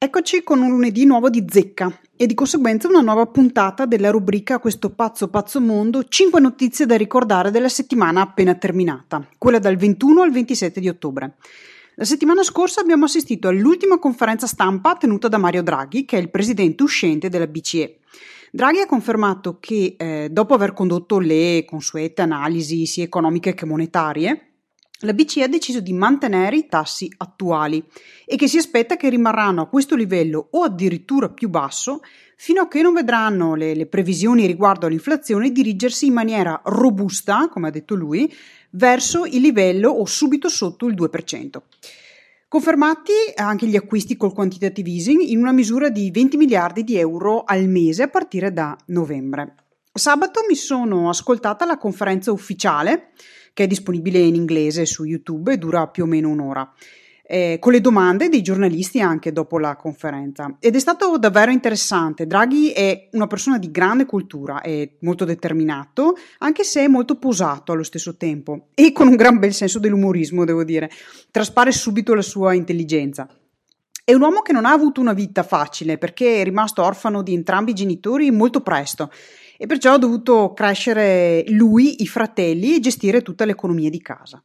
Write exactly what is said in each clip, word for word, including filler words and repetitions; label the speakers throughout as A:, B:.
A: Eccoci con un lunedì nuovo di zecca e di conseguenza una nuova puntata della rubrica Questo pazzo pazzo mondo, cinque notizie da ricordare della settimana appena terminata, quella dal ventuno al ventisette di ottobre. La settimana scorsa abbiamo assistito all'ultima conferenza stampa tenuta da Mario Draghi, che è il presidente uscente della B C E. Draghi ha confermato che eh, dopo aver condotto le consuete analisi sia economiche che monetarie, la B C E ha deciso di mantenere i tassi attuali e che si aspetta che rimarranno a questo livello o addirittura più basso fino a che non vedranno le, le previsioni riguardo all'inflazione dirigersi in maniera robusta, come ha detto lui, verso il livello o subito sotto il due per cento. Confermati anche gli acquisti col quantitative easing in una misura di venti miliardi di euro al mese a partire da novembre. Sabato mi sono ascoltata la conferenza ufficiale, che è disponibile in inglese su YouTube e dura più o meno un'ora, eh, con le domande dei giornalisti anche dopo la conferenza. Ed è stato davvero interessante. Draghi è una persona di grande cultura, è molto determinato, anche se è molto posato allo stesso tempo e con un gran bel senso dell'umorismo, devo dire. Traspare subito la sua intelligenza. È un uomo che non ha avuto una vita facile perché è rimasto orfano di entrambi i genitori molto presto e perciò ha dovuto crescere lui, i fratelli e gestire tutta l'economia di casa.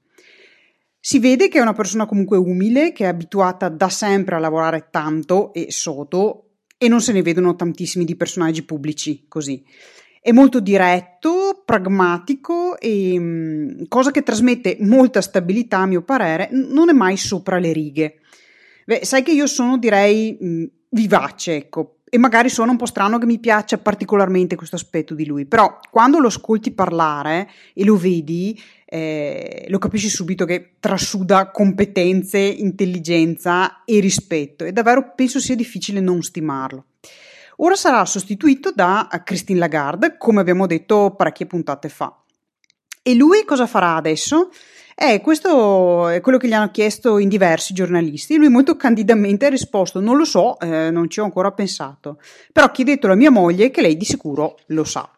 A: Si vede che è una persona comunque umile, che è abituata da sempre a lavorare tanto e sodo e non se ne vedono tantissimi di personaggi pubblici così. È molto diretto, pragmatico e cosa che trasmette molta stabilità a mio parere, non è mai sopra le righe. Beh, sai che io sono, direi, mh, vivace, ecco, e magari suona un po' strano che mi piaccia particolarmente questo aspetto di lui, però quando lo ascolti parlare e lo vedi, eh, lo capisci subito che trasuda competenze, intelligenza e rispetto, e davvero penso sia difficile non stimarlo. Ora sarà sostituito da Christine Lagarde, come abbiamo detto parecchie puntate fa. E lui cosa farà adesso? Eh, questo è quello che gli hanno chiesto in diversi giornalisti. Lui molto candidamente ha risposto: non lo so, eh, non ci ho ancora pensato. Però chiedetelo a mia moglie che lei di sicuro lo sa.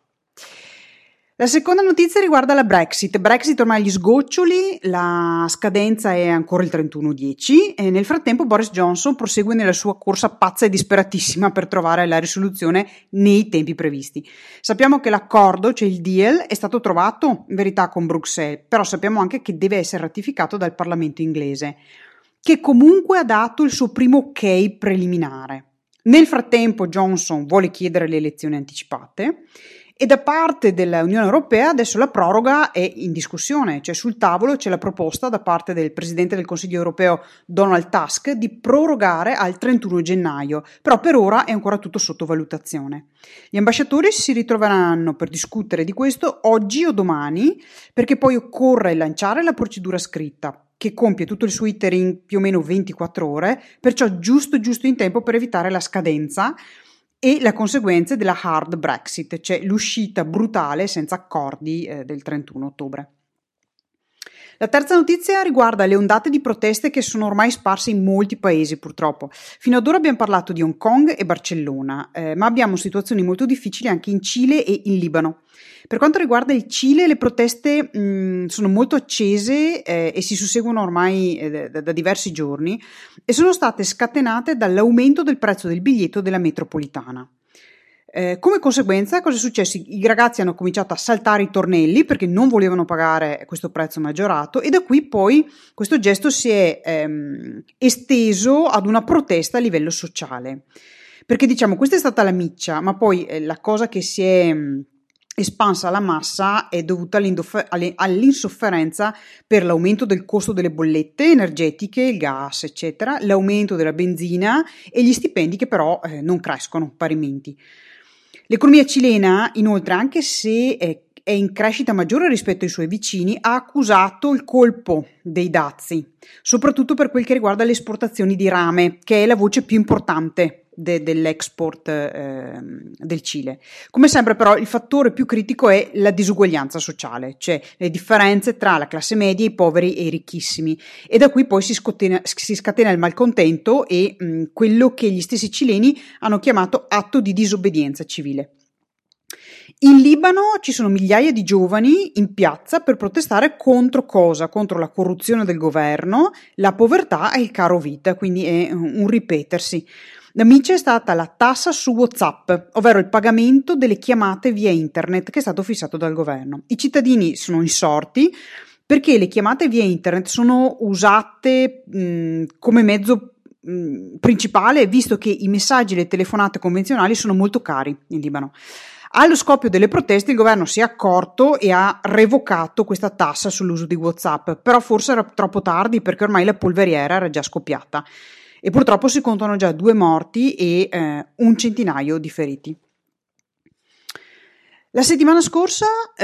A: La seconda notizia riguarda la Brexit. Brexit ormai agli sgoccioli, la scadenza è ancora il trentuno dieci e nel frattempo Boris Johnson prosegue nella sua corsa pazza e disperatissima per trovare la risoluzione nei tempi previsti. Sappiamo che l'accordo, cioè il deal, è stato trovato in verità con Bruxelles, però sappiamo anche che deve essere ratificato dal Parlamento inglese, che comunque ha dato il suo primo ok preliminare. Nel frattempo Johnson vuole chiedere le elezioni anticipate e da parte dell'Unione Europea adesso la proroga è in discussione, cioè sul tavolo c'è la proposta da parte del Presidente del Consiglio Europeo Donald Tusk di prorogare al trentuno gennaio, però per ora è ancora tutto sotto valutazione. Gli ambasciatori si ritroveranno per discutere di questo oggi o domani, perché poi occorre lanciare la procedura scritta, che compie tutto il suo iter in più o meno ventiquattro ore, perciò giusto giusto in tempo per evitare la scadenza e le conseguenze della hard Brexit, cioè l'uscita brutale senza accordi eh, del trentuno ottobre. La terza notizia riguarda le ondate di proteste che sono ormai sparse in molti paesi purtroppo. Fino ad ora abbiamo parlato di Hong Kong e Barcellona, eh, ma abbiamo situazioni molto difficili anche in Cile e in Libano. Per quanto riguarda il Cile, le proteste mh, sono molto accese eh, e si susseguono ormai eh, da, da diversi giorni e sono state scatenate dall'aumento del prezzo del biglietto della metropolitana. Eh, come conseguenza, cosa è successo? I ragazzi hanno cominciato a saltare i tornelli perché non volevano pagare questo prezzo maggiorato e da qui poi questo gesto si è ehm, esteso ad una protesta a livello sociale. Perché diciamo, questa è stata la miccia, ma poi eh, la cosa che si è mh, espansa alla massa è dovuta all'insofferenza per l'aumento del costo delle bollette energetiche, il gas, eccetera, l'aumento della benzina e gli stipendi che però eh, non crescono parimenti. L'economia cilena, inoltre, anche se è, è in crescita maggiore rispetto ai suoi vicini, ha accusato il colpo dei dazi, soprattutto per quel che riguarda le esportazioni di rame, che è la voce più importante de, dell'export eh, del Cile. Come sempre, però, il fattore più critico è la disuguaglianza sociale, cioè le differenze tra la classe media, i poveri e i ricchissimi. E da qui poi si scatena, si scatena il malcontento e mh, quello che gli stessi cileni hanno chiamato atto di disobbedienza civile. In Libano ci sono migliaia di giovani in piazza per protestare contro cosa? Contro la corruzione del governo, la povertà e il caro vita, quindi è un ripetersi. La M I C è stata la tassa su WhatsApp, ovvero il pagamento delle chiamate via internet che è stato fissato dal governo. I cittadini sono insorti perché le chiamate via internet sono usate mh, come mezzo mh, principale, visto che i messaggi e le telefonate convenzionali sono molto cari in Libano. Allo scoppio delle proteste il governo si è accorto e ha revocato questa tassa sull'uso di WhatsApp, però forse era troppo tardi perché ormai la polveriera era già scoppiata e purtroppo si contano già due morti e eh, un centinaio di feriti. La settimana scorsa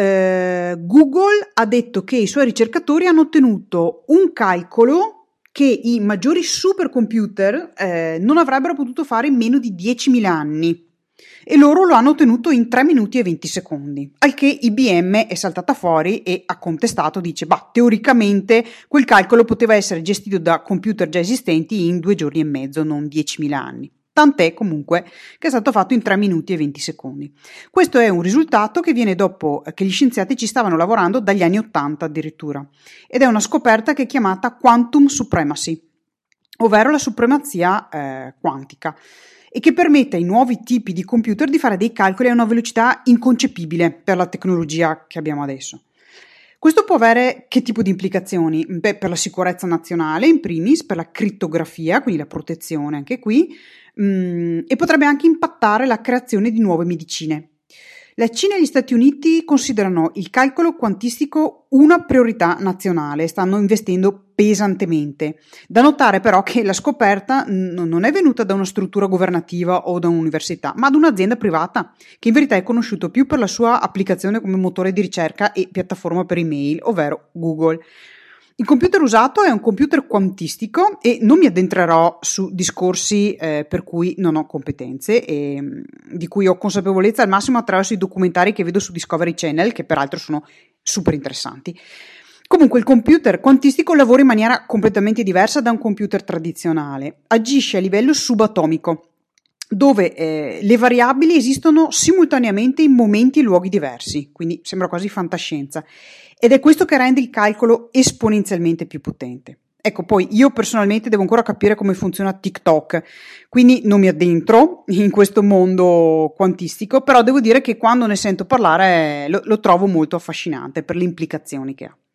A: eh, Google ha detto che i suoi ricercatori hanno ottenuto un calcolo che i maggiori supercomputer eh, non avrebbero potuto fare in meno di diecimila anni. E loro lo hanno ottenuto in tre minuti e venti secondi, al che I B M è saltata fuori e ha contestato, dice, bah, teoricamente quel calcolo poteva essere gestito da computer già esistenti in due giorni e mezzo, non diecimila anni. Tant'è comunque che è stato fatto in tre minuti e venti secondi. Questo è un risultato che viene dopo che gli scienziati ci stavano lavorando dagli anni ottanta addirittura, ed è una scoperta che è chiamata quantum supremacy, ovvero la supremazia eh, quantica, e che permette ai nuovi tipi di computer di fare dei calcoli a una velocità inconcepibile per la tecnologia che abbiamo adesso. Questo può avere che tipo di implicazioni? Beh, per la sicurezza nazionale, in primis, per la crittografia, quindi la protezione anche qui, mh, e potrebbe anche impattare la creazione di nuove medicine. La Cina e gli Stati Uniti considerano il calcolo quantistico una priorità nazionale e stanno investendo pesantemente. Da notare però che la scoperta n- non è venuta da una struttura governativa o da un'università, ma da un'azienda privata, che in verità è conosciuto più per la sua applicazione come motore di ricerca e piattaforma per email, ovvero Google. Il computer usato è un computer quantistico e non mi addentrerò su discorsi eh, per cui non ho competenze e mh, di cui ho consapevolezza al massimo attraverso i documentari che vedo su Discovery Channel, che peraltro sono super interessanti. Comunque il computer quantistico lavora in maniera completamente diversa da un computer tradizionale, agisce a livello subatomico, dove eh, le variabili esistono simultaneamente in momenti e luoghi diversi, quindi sembra quasi fantascienza, ed è questo che rende il calcolo esponenzialmente più potente. Ecco, poi io personalmente devo ancora capire come funziona TikTok, quindi non mi addentro in questo mondo quantistico, però devo dire che quando ne sento parlare lo, lo trovo molto affascinante per le implicazioni che ha.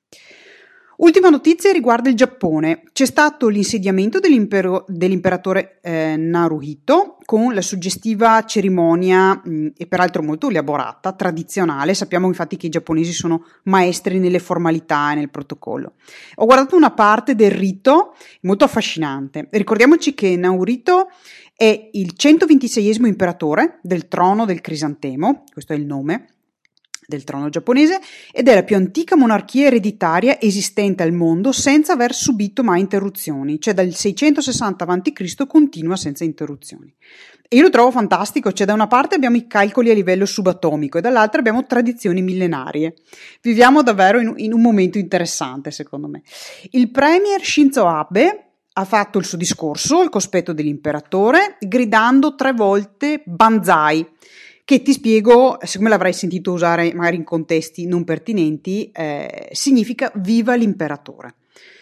A: Ultima notizia riguarda il Giappone. C'è stato l'insediamento dell'impero, dell'imperatore eh, Naruhito con la suggestiva cerimonia mh, e peraltro molto elaborata, tradizionale. Sappiamo infatti che i giapponesi sono maestri nelle formalità e nel protocollo. Ho guardato una parte del rito molto affascinante. Ricordiamoci che Naruhito è il centoventiseiesimo imperatore del trono del Crisantemo, questo è il nome del trono giapponese, ed è la più antica monarchia ereditaria esistente al mondo senza aver subito mai interruzioni, cioè dal seicentosessanta avanti Cristo continua senza interruzioni. E io lo trovo fantastico, cioè da una parte abbiamo i calcoli a livello subatomico e dall'altra abbiamo tradizioni millenarie. Viviamo davvero in, in un momento interessante, secondo me. Il premier Shinzo Abe ha fatto il suo discorso al cospetto dell'imperatore gridando tre volte Banzai, che ti spiego, siccome l'avrai sentito usare magari in contesti non pertinenti, eh, significa viva l'imperatore.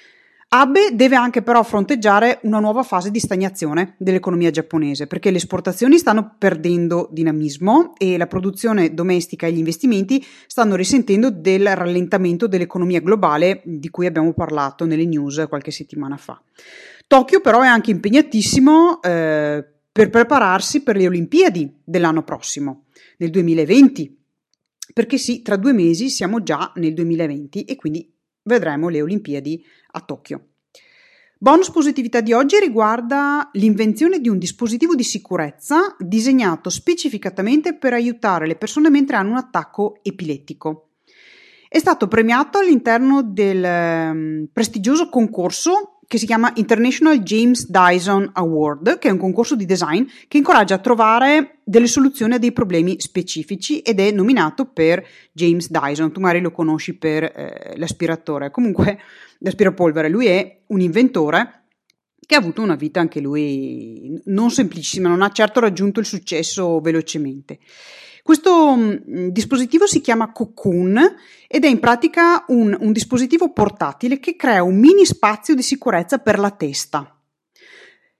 A: Abe deve anche però fronteggiare una nuova fase di stagnazione dell'economia giapponese, perché le esportazioni stanno perdendo dinamismo e la produzione domestica e gli investimenti stanno risentendo del rallentamento dell'economia globale di cui abbiamo parlato nelle news qualche settimana fa. Tokyo però è anche impegnatissimo eh, per prepararsi per le Olimpiadi dell'anno prossimo, nel duemilaventi, perché sì, tra due mesi siamo già nel duemilaventi e quindi vedremo le Olimpiadi a Tokyo. Bonus positività di oggi riguarda l'invenzione di un dispositivo di sicurezza disegnato specificatamente per aiutare le persone mentre hanno un attacco epilettico. È stato premiato all'interno del um, prestigioso concorso che si chiama International James Dyson Award, che è un concorso di design che incoraggia a trovare delle soluzioni a dei problemi specifici ed è nominato per James Dyson. Tu magari lo conosci per eh, l'aspiratore, comunque l'aspirapolvere. Lui è un inventore che ha avuto una vita anche lui non semplicissima, non ha certo raggiunto il successo velocemente. Questo mh, dispositivo si chiama Cocoon ed è in pratica un, un dispositivo portatile che crea un mini spazio di sicurezza per la testa.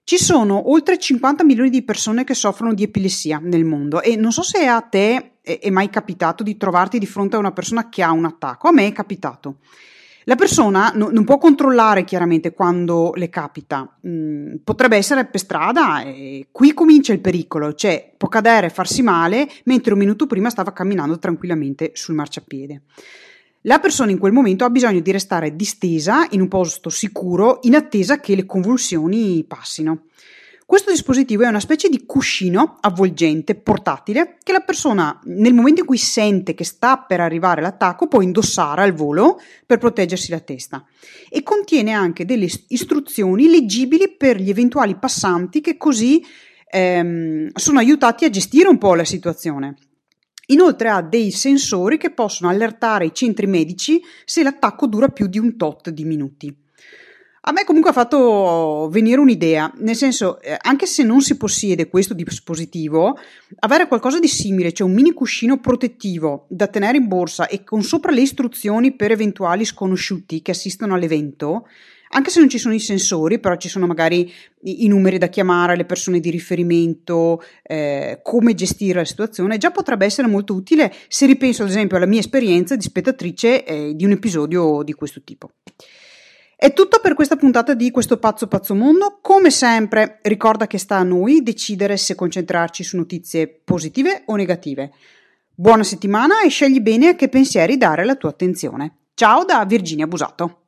A: Ci sono oltre cinquanta milioni di persone che soffrono di epilessia nel mondo e non so se a te è mai capitato di trovarti di fronte a una persona che ha un attacco. A me è capitato. La persona no, non può controllare chiaramente quando le capita, mm, potrebbe essere per strada e qui comincia il pericolo, cioè può cadere e farsi male mentre un minuto prima stava camminando tranquillamente sul marciapiede. La persona in quel momento ha bisogno di restare distesa in un posto sicuro in attesa che le convulsioni passino. Questo dispositivo è una specie di cuscino avvolgente portatile che la persona nel momento in cui sente che sta per arrivare l'attacco può indossare al volo per proteggersi la testa e contiene anche delle istruzioni leggibili per gli eventuali passanti che così ehm, sono aiutati a gestire un po' la situazione. Inoltre ha dei sensori che possono allertare i centri medici se l'attacco dura più di un tot di minuti. A me comunque ha fatto venire un'idea, nel senso, eh, anche se non si possiede questo dispositivo, avere qualcosa di simile, cioè un mini cuscino protettivo da tenere in borsa e con sopra le istruzioni per eventuali sconosciuti che assistono all'evento, anche se non ci sono i sensori, però ci sono magari i, i numeri da chiamare, le persone di riferimento, eh, come gestire la situazione, già potrebbe essere molto utile se ripenso ad esempio alla mia esperienza di spettatrice eh, di un episodio di questo tipo. È tutto per questa puntata di Questo Pazzo Pazzo Mondo. Come sempre, ricorda che sta a noi decidere se concentrarci su notizie positive o negative. Buona settimana e scegli bene a che pensieri dare la tua attenzione. Ciao da Virginia Busato.